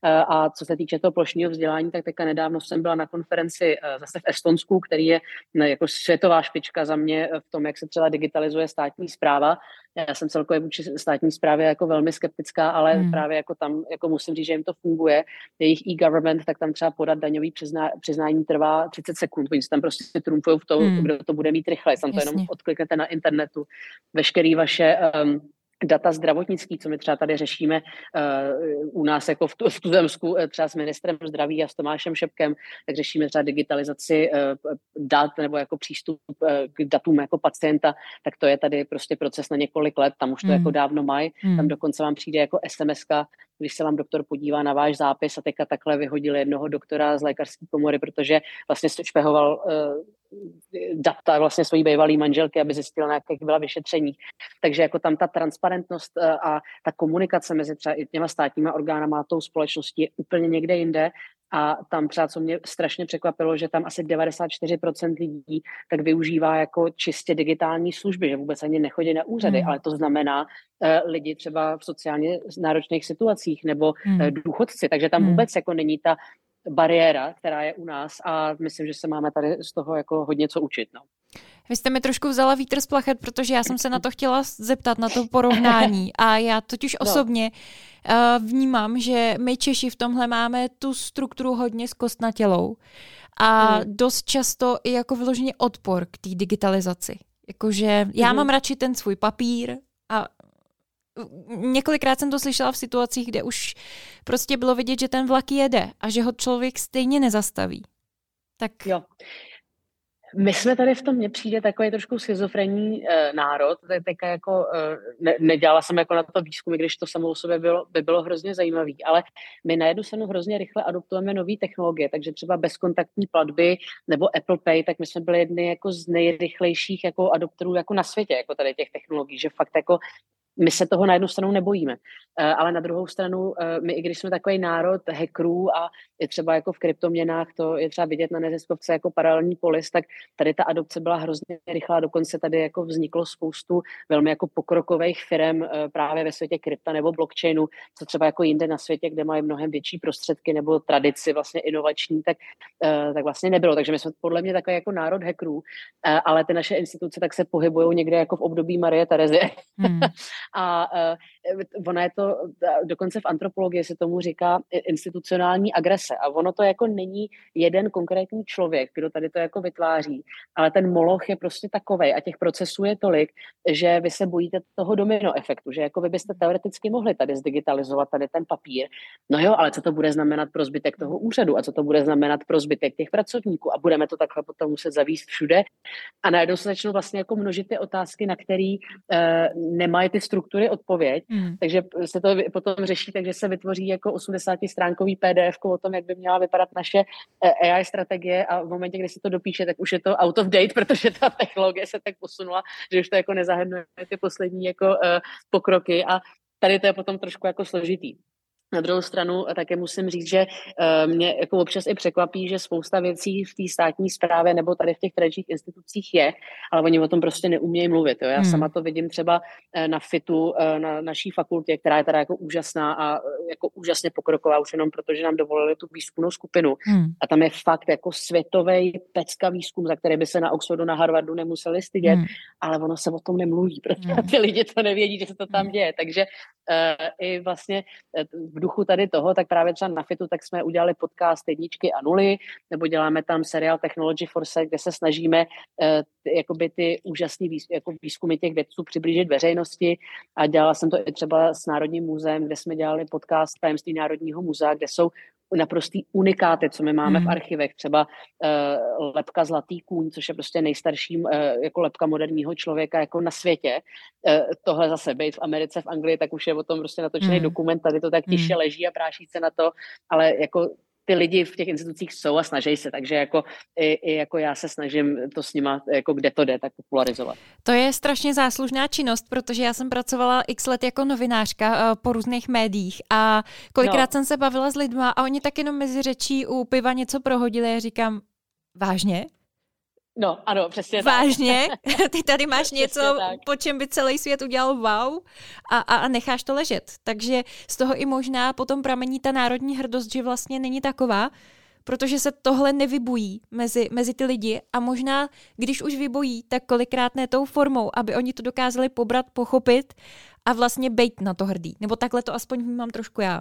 A co se týče toho plošního vzdělání, tak teďka nedávno jsem byla na konferenci zase v Estonsku, který je jako světová špička za mě v tom, jak se třeba digitalizuje státní správa. Já jsem celkově vůči státní správě jako velmi skeptická, ale hmm. právě jako tam jako musím říct, že jim to funguje. Jejich e-government, tak tam třeba podat daňový přizná, přiznání trvá třicet sekund. Oni se tam prostě trumfují v tom, hmm. kdo to bude mít rychle. Tam to Jasně. jenom odkliknete na internetu. Veškerý vaše um, data zdravotnický, co my třeba tady řešíme uh, u nás jako v, tu, v Tuzemsku, uh, třeba s ministrem zdraví a s Tomášem Šepkem, tak řešíme třeba digitalizaci uh, dat nebo jako přístup uh, k datům jako pacienta, tak to je tady prostě proces na několik let, tam už to mm. jako dávno mají, mm. tam dokonce vám přijde jako es em eska, když se vám doktor podívá na váš zápis a teďka takhle vyhodil jednoho doktora z lékařské komory, protože vlastně špehoval uh, data vlastně svojí bývalý manželky, aby zjistil, na jakých byla vyšetření. Takže jako tam ta transparentnost a ta komunikace mezi třeba i těma státníma orgánama a tou společností je úplně někde jinde. A tam třeba, co mě strašně překvapilo, že tam asi devadesát čtyři procent lidí tak využívá jako čistě digitální služby, že vůbec ani nechodí na úřady, hmm. ale to znamená uh, lidi třeba v sociálně náročných situacích nebo hmm. uh, důchodci, takže tam vůbec hmm. jako není ta bariéra, která je u nás a myslím, že se máme tady z toho jako hodně co učit. No. Vy jste mi trošku vzala vítr z plachet, protože já jsem se na to chtěla zeptat, na to porovnání a já totiž osobně no. vnímám, že my Češi v tomhle máme tu strukturu hodně zkostnatělou a mm. dost často i jako vyloženě odpor k té digitalizaci. Jakože já mm. mám radši ten svůj papír a několikrát jsem to slyšela v situacích, kde už prostě bylo vidět, že ten vlak jede a že ho člověk stejně nezastaví. Tak jo. My jsme tady v tom, mně přijde takový trošku schizofrenní e, národ, tak teďka jako e, ne, nedělala jsem jako na to výzkum, když to samo o sobě bylo, by bylo hrozně zajímavý, ale my na jednu stranu hrozně rychle adoptujeme nové technologie, takže třeba bezkontaktní platby nebo Apple Pay, tak my jsme byli jedni jako z nejrychlejších jako adopterů jako na světě, jako tady těch technologií, že fakt jako my se toho na jednu stranu nebojíme, ale na druhou stranu my, i když jsme takový národ hackerů a je třeba jako v kryptoměnách, to je třeba vidět na neziskovce jako paralelní polis, tak tady ta adopce byla hrozně rychlá, dokonce tady jako vzniklo spoustu velmi jako pokrokových firem právě ve světě krypta nebo blockchainu, co třeba jako jinde na světě, kde mají mnohem větší prostředky nebo tradici vlastně inovační, tak, tak vlastně nebylo. Takže my jsme podle mě takový jako národ hackerů, ale ty naše instituce tak se pohybují někde jako v období Marie Terezie. Hmm. A uh, ona je to, dokonce v antropologii se tomu říká institucionální agrese a ono to jako není jeden konkrétní člověk, kdo tady to jako vytváří, ale ten moloch je prostě takovej a těch procesů je tolik, že vy se bojíte toho domino efektu, že jako vy byste teoreticky mohli tady zdigitalizovat tady ten papír, no jo, ale co to bude znamenat pro zbytek toho úřadu a co to bude znamenat pro zbytek těch pracovníků a budeme to takhle potom muset zavíst všude a najednou se začnou vlastně jako množit ty otázky, na které eh, nemají ty struktury odpověď, hmm. takže se to potom řeší, takže se vytvoří jako osmdesátistránkový P D F o tom, jak by měla vypadat naše A I strategie a v momentě, kdy se to dopíše, tak už je to out of date, protože ta technologie se tak posunula, že už to jako nezahrnuje ty poslední jako uh, pokroky a tady to je potom trošku jako složitý. Na druhou stranu také musím říct, že uh, mě jako občas i překvapí, že spousta věcí v té státní správě nebo tady v těch tradičních institucích je, ale oni o tom prostě neumějí mluvit. Jo? Já hmm. sama to vidím třeba uh, na FITu, uh, na naší fakultě, která je teda jako úžasná a uh, jako úžasně pokroková už jenom proto, že nám dovolili tu výzkumnou skupinu. Hmm. A tam je fakt jako světový pecka výzkum, za který by se na Oxfordu, na Harvardu nemuseli stydět, hmm. ale ono se o tom nemluví, protože hmm. ty lidi to nevědí, že se to tam děje. Takže uh, i vlastně uh, v duchu tady toho, tak právě třeba na FITu, tak jsme udělali podcast jedničky a nuly, nebo děláme tam seriál Technology Force, kde se snažíme uh, ty, jakoby ty úžasný výz, jako výzkumy těch vědců přiblížit veřejnosti a dělala jsem to i třeba s Národním muzeem, kde jsme dělali podcast Tajemství Národního muzea, kde jsou naprostý unikáty, co my máme hmm. v archivech, třeba uh, lebka Zlatý kůň, což je prostě nejstarší uh, jako lebka moderního člověka jako na světě. Uh, tohle zase být v Americe, v Anglii, tak už je o tom prostě natočený hmm. dokument, tady to tak tiše hmm. leží a práší se na to, ale jako ty lidi v těch institucích jsou a snaží se, takže jako i, i jako já se snažím to s nima, jako kde to jde, tak popularizovat. To je strašně záslužná činnost, protože já jsem pracovala x let jako novinářka po různých médiích a kolikrát no. jsem se bavila s lidma a oni tak jenom mezi řečí u piva něco prohodili a říkám, vážně? No, ano, přesně Vážně? tak. Ty tady máš něco, tak. po čem by celý svět udělal wow a, a, a necháš to ležet. Takže z toho i možná potom pramení ta národní hrdost, že vlastně není taková, protože se tohle nevybojí mezi, mezi ty lidi a možná, když už vybojí, tak kolikrát ne tou formou, aby oni to dokázali pobrat, pochopit a vlastně bejt na to hrdý. Nebo takhle to aspoň vnímám trošku já.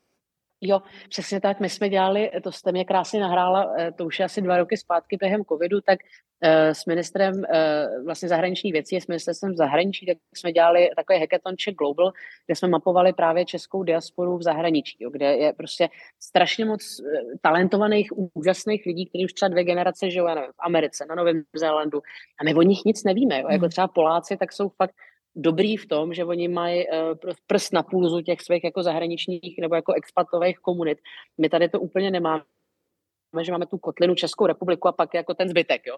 Jo, přesně tak. My jsme dělali, to jste mě krásně nahrála, to už je asi dva roky zpátky během covidu, tak uh, s ministrem uh, vlastně zahraniční věcí, s ministerstvem zahraničí, tak jsme dělali takový hackathon Czech Global, kde jsme mapovali právě českou diasporu v zahraničí, jo, kde je prostě strašně moc uh, talentovaných, úžasných lidí, kteří už třeba dvě generace žijou, já nevím, v Americe, na Novém Zélandu a my o nich nic nevíme. Jo. Jako třeba Poláci, tak jsou fakt dobrý v tom, že oni mají uh, prst na pulzu těch svých jako zahraničních nebo jako expatových komunit. My tady to úplně nemáme, že máme tu kotlinu Českou republiku a pak jako ten zbytek, jo.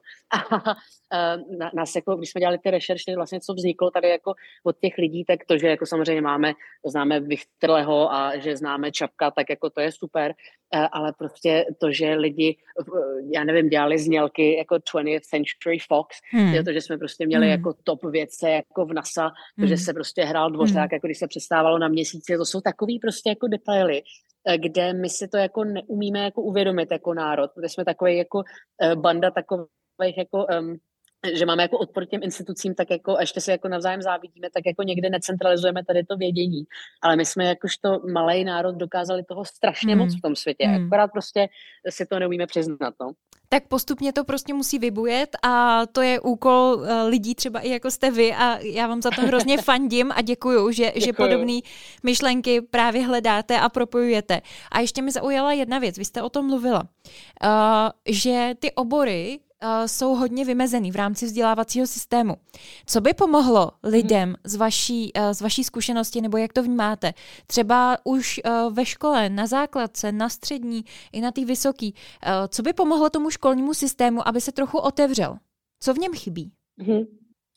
A uh, nás jako, když jsme dělali ty rešerše, vlastně co vzniklo tady jako od těch lidí, tak to, že jako samozřejmě máme, známe Vichterleho a že známe Čapka, tak jako to je super, uh, ale prostě to, že lidi, uh, já nevím, dělali znělky jako twentieth Century Fox, hmm. je to, že jsme prostě měli hmm. jako top vědce jako v NASA, hmm. to, že se prostě hrál Dvořák, hmm. jako když se přestávalo na měsíci, to jsou takový prostě jako detaily, kde my si to jako neumíme jako uvědomit jako národ, protože jsme takový jako uh, banda takových jako, um, že máme jako odpor těm institucím, tak jako a ještě se jako navzájem závidíme, tak jako někde necentralizujeme tady to vědění, ale my jsme jakožto malej národ dokázali toho strašně hmm. moc v tom světě, hmm. akorát prostě si to neumíme přiznat, no. Tak postupně to prostě musí vybujet a to je úkol lidí třeba i jako jste vy a já vám za to hrozně fandím a děkuju, že, že podobné myšlenky právě hledáte a propojujete. A ještě mi zaujala jedna věc, vy jste o tom mluvila, uh, že ty obory Uh, jsou hodně vymezený v rámci vzdělávacího systému. Co by pomohlo lidem z vaší, uh, z vaší zkušenosti, nebo jak to vnímáte? Třeba už uh, ve škole, na základce, na střední, i na té vysoký. Uh, co by pomohlo tomu školnímu systému, aby se trochu otevřel? Co v něm chybí? Mm-hmm.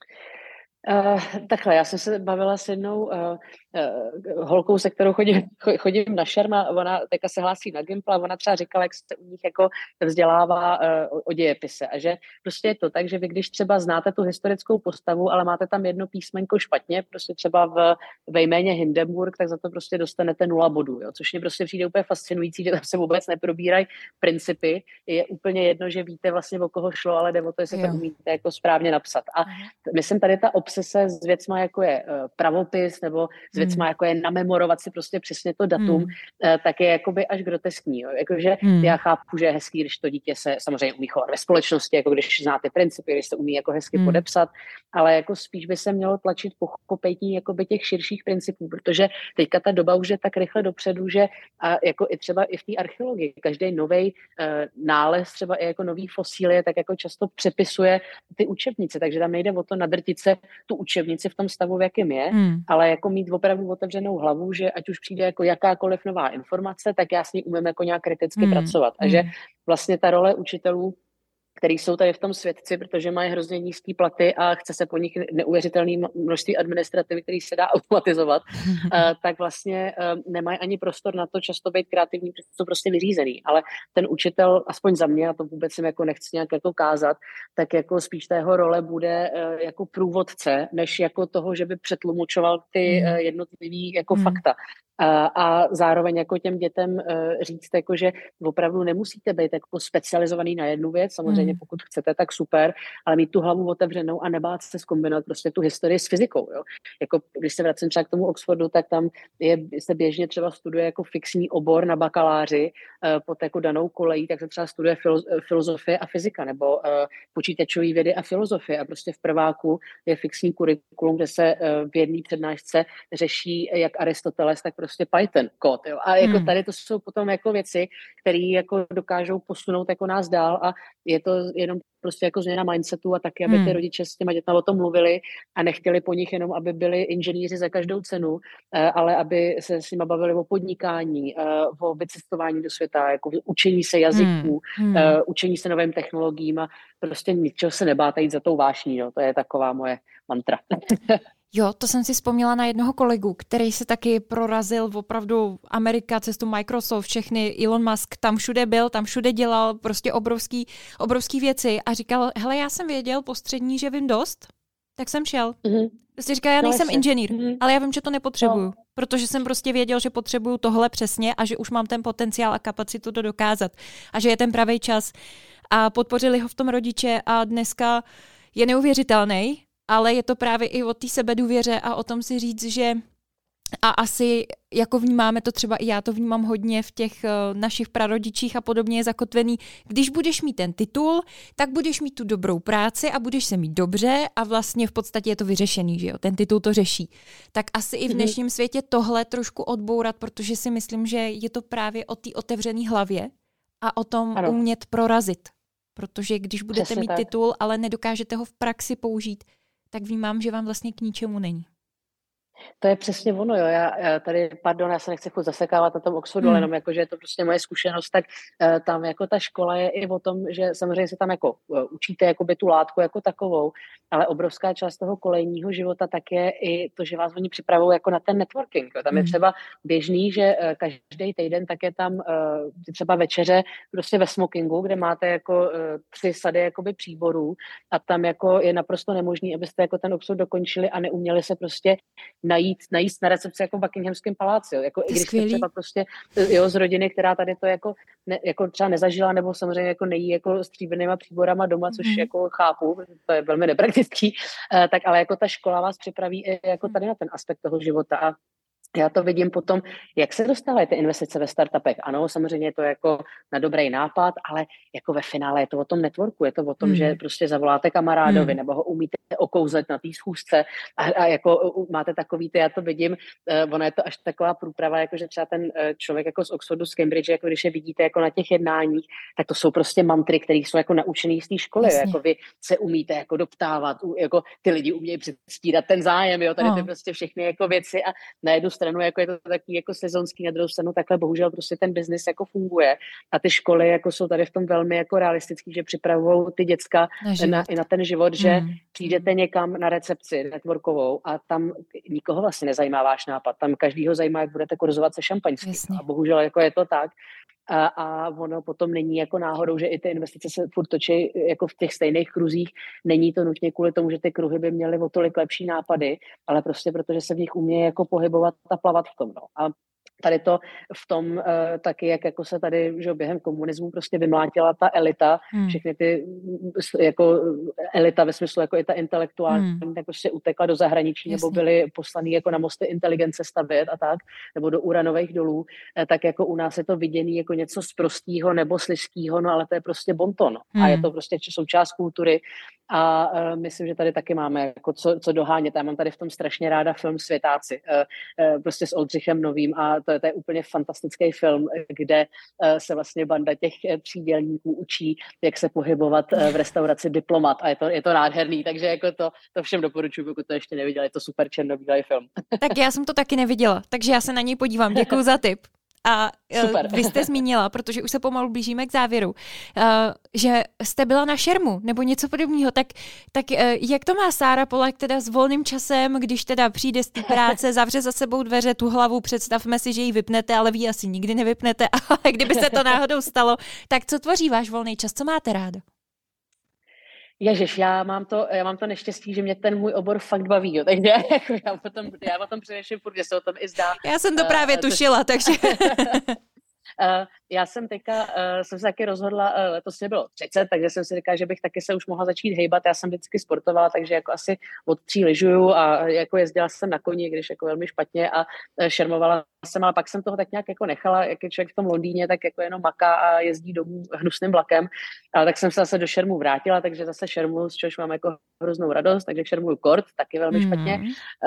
Uh, takhle, já jsem se bavila s jednou uh, uh, holkou, se kterou chodím, chodím na šerm a ona teďka se hlásí na Gimpl a ona třeba říkala, jak se u nich jako vzdělává uh, o dějepise a že prostě je to tak, že vy když třeba znáte tu historickou postavu, ale máte tam jedno písmenko špatně, prostě třeba v, ve jméně Hindenburg, tak za to prostě dostanete nula bodů, jo? Což mě prostě přijde úplně fascinující, že tam se vůbec neprobírají principy, je úplně jedno, že víte vlastně o koho šlo, ale jde o to, jestli to umíte jako správně napsat. A myslím tady ta obsese zase se s věcma, jako je uh, pravopis, nebo s věcma, hmm. jako je namemorovat si prostě přesně to datum, hmm. uh, tak je jakoby až groteskní. Jo. Jakože hmm. já chápu, že je hezký, když to dítě se samozřejmě umí chovat ve společnosti, jako když zná ty principy, když se umí jako hezky hmm. podepsat, ale jako spíš by se mělo tlačit pochopení jakoby těch širších principů, protože teďka ta doba už je tak rychle dopředu, že a jako i třeba i v té archeologii, každý nový uh, nález, třeba i jako nový fosílie, tak jako často přepisuje ty učebnice, takže tam nejde o to nadrtit se tu učebnici v tom stavu, v jakém je, hmm. ale jako mít opravdu otevřenou hlavu, že ať už přijde jako jakákoliv nová informace, tak já s ní umím jako nějak kriticky hmm. pracovat. A že vlastně ta role učitelů, který jsou tady v tom světci, protože mají hrozně nízký platy a chce se po nich neuvěřitelné množství administrativy, který se dá automatizovat, uh, tak vlastně uh, nemají ani prostor na to často být kreativní, protože jsou prostě vyřízený. Ale ten učitel, aspoň za mě, a to vůbec jim jako nechci nějak jako kázat, tak jako spíš ta jeho role bude uh, jako průvodce, než jako toho, že by přetlumočoval ty uh, jednotlivý jako mm. fakta. A zároveň jako těm dětem říct, jako, že opravdu nemusíte být jako specializovaný na jednu věc, samozřejmě pokud chcete, tak super, ale mít tu hlavu otevřenou a nebát se zkombinovat prostě tu historii s fyzikou. Jo? Jako, když se vracím třeba k tomu Oxfordu, tak tam je, se běžně třeba studuje jako fixní obor na bakaláři pod jako danou kolejí, tak se třeba studuje filozofie a fyzika, nebo uh, počítačové vědy a filozofie a prostě v prváku je fixní kurikulum, kde se uh, v jedné přednášce řeší jak Aristoteles, tak prostě Python kód, jo. A jako hmm. tady to jsou potom jako věci, které jako dokážou posunout jako nás dál a je to jenom prostě jako změna mindsetu a taky, aby hmm. ty rodiče s těma dětma o tom mluvili a nechtěli po nich jenom, aby byli inženýři za každou cenu, ale aby se s nimi bavili o podnikání, o vycestování do světa, jako učení se jazyků, hmm. učení se novým technologiím a prostě ničeho se nebát jít za tou vášní, no. To je taková moje mantra. Jo, to jsem si vzpomněla na jednoho kolegu, který se taky prorazil v opravdu Amerika, cestu Microsoft, všechny, Elon Musk, tam všude byl, tam všude dělal prostě obrovský, obrovský věci a říkal, hele, já jsem věděl po střední, že vím dost, tak jsem šel. Mm-hmm. Prostě říkal, já nejsem no, inženýr, mm-hmm. ale já vím, že to nepotřebuju, no. protože jsem prostě věděl, že potřebuju tohle přesně a že už mám ten potenciál a kapacitu to dokázat a že je ten pravý čas. A podpořili ho v tom rodiče a dneska je neuvěřitelný, ale je to právě i o té sebedůvěře a o tom si říct, že a asi jako vnímáme to třeba i já to vnímám hodně v těch uh, našich prarodičích a podobně je zakotvený, když budeš mít ten titul, tak budeš mít tu dobrou práci a budeš se mít dobře a vlastně v podstatě je to vyřešený, že jo, ten titul to řeší. Tak asi i v dnešním světě tohle trošku odbourat, protože si myslím, že je to právě o té otevřené hlavě a o tom ano. umět prorazit. Protože když budete Přesně mít tak. titul, ale nedokážete ho v praxi použít, tak vnímám, že vám vlastně k ničemu není. To je přesně ono, jo. Já, já tady, pardon, já se nechci chud zasekávat na tom Oxfordu, hmm. ale jenom jako, že je to prostě moje zkušenost, tak uh, tam jako ta škola je i o tom, že samozřejmě se tam jako uh, učíte jakoby tu látku jako takovou, ale obrovská část toho kolejního života tak je i to, že vás oni připravují jako na ten networking. Jo. Tam hmm. je třeba běžný, že uh, každý týden tak je tam uh, třeba večeře prostě ve smokingu, kde máte jako uh, tři sady jakoby příborů a tam jako je naprosto nemožný, abyste jako ten Oxford dokončili a neuměli se prostě najít, najíst na recepci jako v Buckinghamském paláci. Jo. Jako, i když jste třeba prostě jo, z rodiny, která tady to jako, ne, jako třeba nezažila, nebo samozřejmě jako nejí jako stříbrnýma příborama doma, což mm. jako chápu, to je velmi nepraktický, uh, tak ale jako ta škola vás připraví i jako tady na ten aspekt toho života a já to vidím potom, jak se dostávají ty investice ve startupech. Ano, samozřejmě je to jako na dobrý nápad, ale jako ve finále je to o tom networku, je to o tom, mm. že prostě zavoláte kamarádovi mm. nebo ho umíte okouzlet na té schůzce a, a jako máte takový, ty, já to vidím, uh, ona je to až taková průprava, jako že třeba ten uh, člověk jako z Oxfordu, z Cambridge, jako když je vidíte jako na těch jednáních, tak to jsou prostě mantry, které jsou jako naučený z té školy, jako vy se umíte jako doptávat, jako ty lidi umějí předstírat ten zájem, jo, tady ty prostě všechny jako věci a na jednu stranu jako je to takový jako sezonský, na druhou stranu takhle bohužel prostě ten biznis jako funguje a ty školy jako jsou tady v tom velmi jako realistický, že připravují ty děcka na, na, i na ten život, že mm. přijdete někam na recepci networkovou a tam nikoho vlastně nezajímá váš nápad, tam každýho zajímá, jak budete kurzovat se šampaňským a bohužel jako je to tak. A, a ono potom není jako náhodou, že i ty investice se furt točí jako v těch stejných kruzích. Není to nutně kvůli tomu, že ty kruhy by měly o tolik lepší nápady, ale prostě protože se v nich umějí jako pohybovat a plavat v tom. No. A tady to v tom uh, taky, jak jako se tady že během komunismu prostě vymlátila ta elita, hmm. všechny ty jako elita ve smyslu jako i ta intelektuální, hmm. jako se utekla do zahraničí, Jasně. nebo byli poslaní jako na mosty inteligence stavět a tak, nebo do uranových dolů, tak jako u nás je to viděný jako něco sprostýho nebo slizkýho, no ale to je prostě bonton hmm. a je to prostě součást kultury a uh, myslím, že tady taky máme jako co, co dohánět. Já mám tady v tom strašně ráda film Světáci, uh, uh, prostě s Oldřichem Novým a to, to je úplně fantastický film, kde uh, se vlastně banda těch přídělníků učí, jak se pohybovat uh, v restauraci Diplomat a je to, je to nádherný, takže jako to, to všem doporučuji, pokud to ještě neviděli, je to super černobílý film. Tak já jsem to taky neviděla, takže já se na něj podívám, děkuju za tip. A Super. Vy jste zmínila, protože už se pomalu blížíme k závěru, že jste byla na šermu nebo něco podobného, tak, tak jak to má Sára Polak teda s volným časem, když teda přijde z té práce, zavře za sebou dveře, tu hlavu, představme si, že ji vypnete, ale vy asi nikdy nevypnete, ale kdyby se to náhodou stalo, tak co tvoří váš volný čas, co máte ráda? Ježiš, já mám to, já mám to neštěstí, že mě ten můj obor fakt baví, jo, takže jako já potom, já potom přemýšlím furt, že se o tom i zdá. Já jsem to právě uh, tušila, to... takže... Uh, já jsem teďka, uh, jsem se taky rozhodla, uh, letos mě bylo třicet, takže jsem si říkala, že bych taky se už mohla začít hejbat. Já jsem vždycky sportovala, takže jako asi od tří lyžuju a jako jezdila jsem na koni, když jako velmi špatně a uh, šermovala jsem, ale pak jsem toho tak nějak jako nechala, jak je člověk v tom Londýně, tak jako jenom maká a jezdí domů hnusným vlakem. Ale tak jsem se zase do šermu vrátila, takže zase šermuju, z čehož mám jako hroznou radost, takže šermuju kort, taky velmi mm. špatně.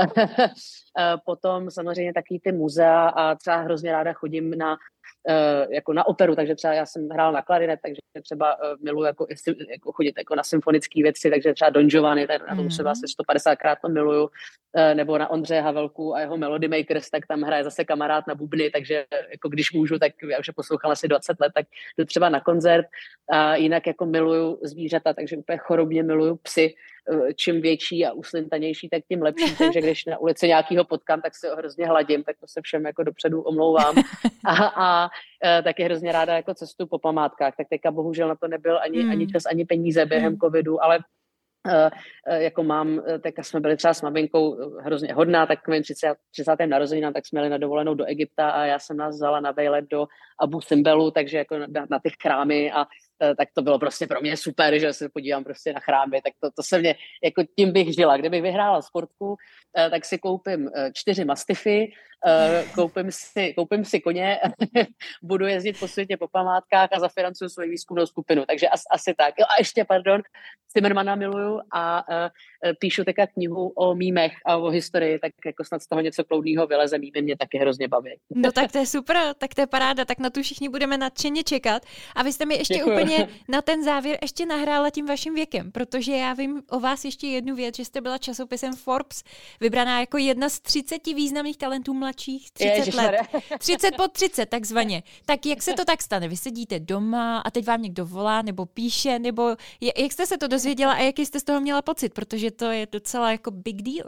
Potom samozřejmě taky ty muzea a třeba hrozně ráda chodím na Uh, jako na operu, takže třeba já jsem hrál na klarinet, takže třeba uh, miluji jako, jako chodit jako na symfonické věci, takže třeba Don Giovanni, tak na tom třeba asi sto padesátkrát to miluju, uh, nebo na Ondřeje Havelku a jeho Melody Makers, tak tam hraje zase kamarád na bubny, takže jako když můžu, tak já už je poslouchám asi dvacet let, tak jdu třeba na koncert a jinak jako miluju zvířata, takže úplně chorobně miluju psy, čím větší a uslintanější, tak tím lepší, takže když na ulici nějakýho potkám, tak se ho hrozně hladím, tak to se všem jako dopředu omlouvám. A, a e, taky hrozně ráda jako cestu po památkách, tak teďka bohužel na to nebyl ani, mm. ani čas, ani peníze během mm. covidu, ale Uh, uh, jako mám, teďka jsme byli třeba s maminkou hrozně hodná, tak mým třicátým narozeninám, tak jsme jeli na dovolenou do Egypta a já jsem nás vzala na vejlet do Abu Simbelu, takže jako na, na ty chrámy a uh, tak to bylo prostě pro mě super, že se podívám prostě na chrámy, tak to, to se mě, jako tím bych žila. Kdybych vyhrála sportku, uh, tak si koupím uh, čtyři mastify, uh, koupím, si, koupím si koně, budu jezdit po světě po památkách a zafinancuju svoji výzkumnou skupinu, takže as, asi tak. Jo, a ještě, pardon, Zimmermana miluju a uh, píšu teďka knihu o mýmech a o historii, tak jako snad z toho něco kloudného vyleze, mýmy mě taky hrozně baví. No tak to je super, tak to je paráda, tak na tu všichni budeme nadšeně čekat. A vy jste mi ještě Děkuju. Úplně na ten závěr ještě nahrála tím vaším věkem, protože já vím o vás ještě jednu věc, že jste byla časopisem Forbes vybraná jako jedna z třiceti významných talentů mladších třicet let. třicet pod třicet takzvaně. Tak jak se to tak stane? Vy sedíte doma a teď vám někdo volá nebo píše, nebo jak jste se to dozvěděla a jaký jste z toho měla pocit, protože to je docela jako big deal.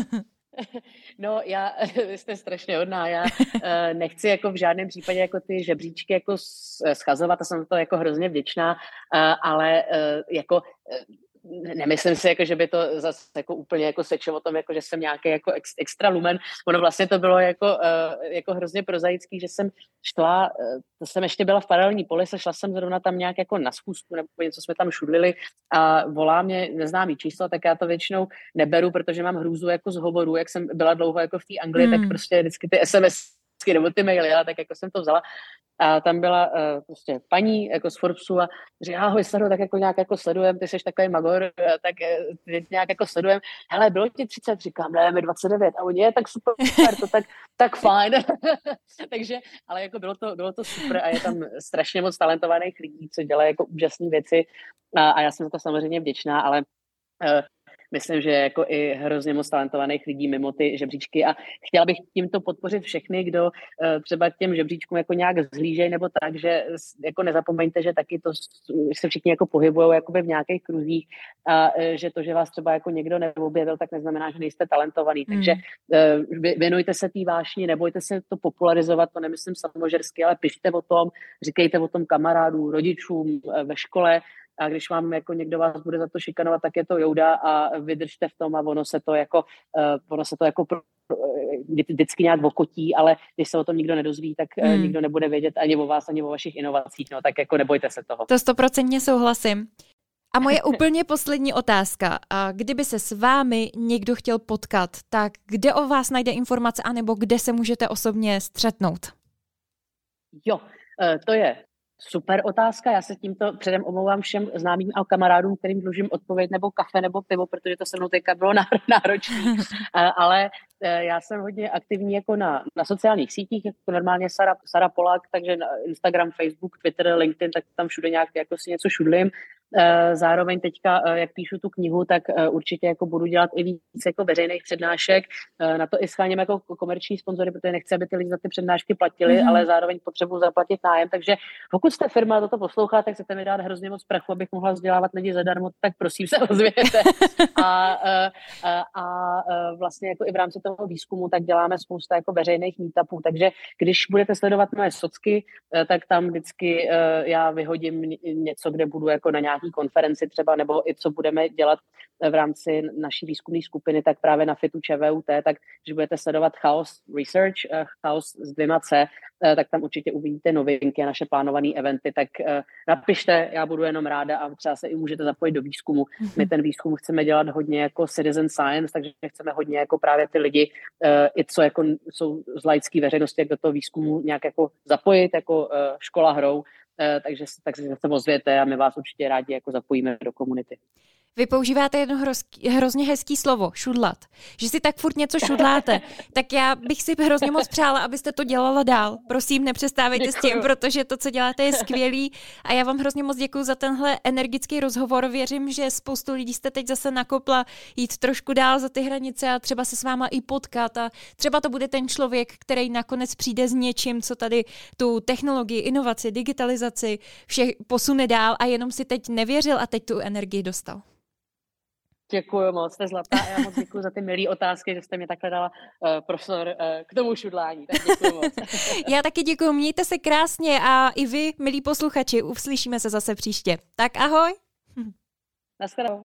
No já, vy jste strašně hodná, já uh, nechci jako v žádném případě jako ty žebříčky jako schazovat a jsem to jako hrozně vděčná, uh, ale uh, jako uh, nemyslím si, jako, že by to zase jako úplně jako sečilo o tom, jako, že jsem nějaký jako ex, extra lumen. Ono vlastně to bylo jako, uh, jako hrozně prozaický, že jsem šla, uh, to jsem ještě byla v paralelní polise, šla jsem zrovna tam nějak jako na schůzku, nebo něco jsme tam šudlili a volá mě neznámý číslo, tak já to většinou neberu, protože mám hrůzu jako z hovorů, jak jsem byla dlouho jako v té Anglii, hmm. tak prostě vždycky ty es em es nebo ty maily, tak jako jsem to vzala. A tam byla uh, prostě paní jako z Forbesu a říká, ahoj, Saro, tak jako nějak jako sledujem, ty jsi takový magor, tak uh, nějak jako sledujem. Hele, bylo ti třicet, říkám, ne, mi dvacet devět. A oni je tak super, to tak, tak fajn. Takže, ale jako bylo to, bylo to super a je tam strašně moc talentovaných lidí, co dělají jako úžasné věci a, a já jsem za to samozřejmě vděčná, ale uh, myslím, že jako i hrozně moc talentovaných lidí mimo ty žebříčky a chtěla bych tímto podpořit všechny, kdo uh, třeba těm žebříčkům jako nějak zhlížej nebo tak, že jako nezapomeňte, že taky to se všichni jako pohybujou jakoby v nějakých kruzích a uh, že to, že vás třeba jako někdo neobjevil, tak neznamená, že nejste talentovaný. Hmm. Takže uh, věnujte se té vášni, nebojte se to popularizovat, to nemyslím samožersky, ale pište o tom, říkejte o tom kamarádům, rodičům uh, ve škole. A když vám jako někdo vás bude za to šikanovat, tak je to jouda a vydržte v tom a ono se to jako, uh, ono se to jako vždycky nějak okotí, ale když se o tom nikdo nedozví, tak hmm. nikdo nebude vědět ani o vás, ani o vašich inovacích, no tak jako nebojte se toho. To stoprocentně souhlasím. A moje úplně poslední otázka. A kdyby se s vámi někdo chtěl potkat, tak kde o vás najde informace, anebo kde se můžete osobně střetnout? Jo, to je super otázka. Já se tímto předem omlouvám všem známým a kamarádům, kterým dlužím odpověď nebo kafe nebo pivo, protože to se mnou teďka bylo náročné. Ale já jsem hodně aktivní jako na, na sociálních sítích, jako normálně Sara, Sara Polák, takže na Instagram, Facebook, Twitter, LinkedIn, tak tam všude nějak jako si něco šudlím. Zároveň teďka, jak píšu tu knihu, tak určitě jako budu dělat i víc jako veřejných přednášek. Na to i scháním jako komerční sponzory, protože nechci, aby ty lidi za ty přednášky platili, mm-hmm. ale zároveň potřebuji zaplatit nájem. Takže pokud jste firma a toto poslouchá, tak chcete mi dát hrozně moc prachu, abych mohla vzdělávat lidi zadarmo, tak prosím se ozvěte. A, a, a vlastně jako i v rámci toho výzkumu tak děláme spousta jako veřejných meetupů. Takže když budete sledovat moje socky, tak tam vždycky já vyhodím něco, kde budu jako na nějaký konferenci třeba, nebo i co budeme dělat v rámci naší výzkumné skupiny, tak právě na FITu ČVUT, tak když budete sledovat Chaos Research, Chaos s dvěma C, tak tam určitě uvidíte novinky a naše plánované eventy, tak napište, já budu jenom ráda a třeba se i můžete zapojit do výzkumu. My ten výzkum chceme dělat hodně jako citizen science, takže chceme hodně jako právě ty lidi, i co jako jsou z laické veřejnosti, jak do toho výzkumu nějak jako zapojit, jako škola hrou, takže, takže se ozvěte a my vás určitě rádi jako zapojíme do komunity. Vy používáte jedno hrozký, hrozně hezký slovo, šudlat. Že si tak furt něco šudláte. Tak já bych si hrozně moc přála, abyste to dělala dál. Prosím, nepřestávejte děkuju. S tím, protože to, co děláte, je skvělý. A já vám hrozně moc děkuju za tenhle energický rozhovor. Věřím, že spoustu lidí jste teď zase nakopla jít trošku dál za ty hranice a třeba se s váma i potkat. A třeba to bude ten člověk, který nakonec přijde s něčím, co tady tu technologii, inovaci, digitalizaci vše posune dál a jenom si teď nevěřil a teď tu energii dostal. Děkuju moc, jste zlatá a já moc děkuju za ty milé otázky, že jste mě takhle dala uh, prostor uh, k tomu šudlání, tak děkuju moc. Já taky děkuju, mějte se krásně a i vy, milí posluchači, uslyšíme se zase příště. Tak ahoj. Naschledanou.